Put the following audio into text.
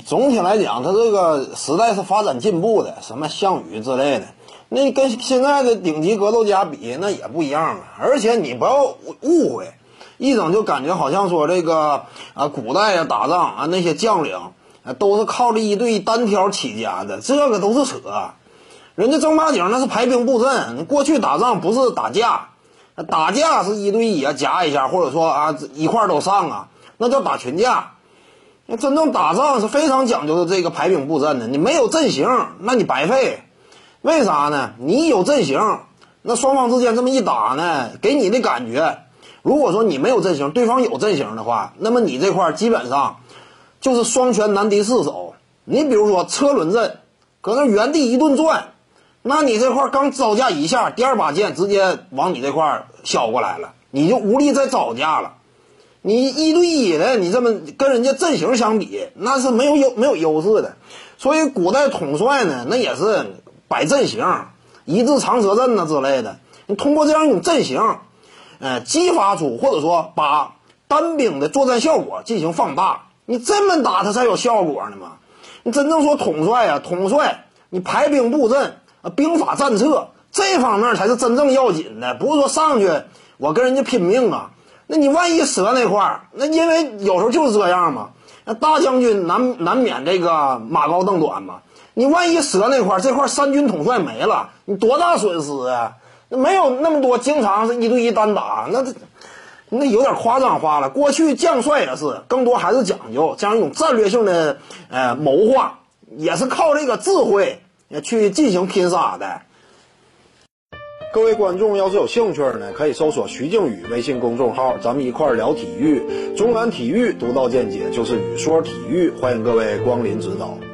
总体来讲，它这个时代是发展进步的，什么项羽之类的，那跟现在的顶级格斗家比，那也不一样了。而且你不要误会，一整就感觉好像说这个古代啊打仗啊那些将领都是靠着一对单挑起家的，这个都是扯。人家正八经那是排兵布阵，过去打仗不是打架，打架是一对一啊夹一下，或者说一块都上啊，那叫打群架。真正打仗是非常讲究的这个排兵布阵的，你没有阵型，那你白费。为啥呢？你有阵型，那双方之间这么一打呢，给你的感觉，如果说你没有阵型，对方有阵型的话，那么你这块基本上就是双拳难敌四手。你比如说车轮阵，搁那原地一顿转，那你这块刚招架一下，第二把剑直接往你这块削过来了，你就无力再招架了。你一对一的，你这么跟人家阵型相比，那是没有优势的。所以古代统帅呢，那也是摆阵型，一字长蛇阵之类的。你通过这样一种阵型，激发出或者说把单兵的作战效果进行放大。你这么打，它才有效果呢嘛。你真正说统帅，你排兵布阵，兵法战策这方面才是真正要紧的，不是说上去我跟人家拼命啊。那你万一折那块儿，那因为有时候就是这样嘛。那大将军难免这个马高凳短嘛。你万一折那块儿，这块三军统帅没了，你多大损失啊？那没有那么多，经常是一对一单打，那有点夸张化了。过去将帅也是，更多还是讲究这样一种战略性的谋划，也是靠这个智慧去进行拼杀的。各位观众要是有兴趣呢，可以搜索徐静宇微信公众号，咱们一块聊体育，中南体育独到见解就是语说体育，欢迎各位光临指导。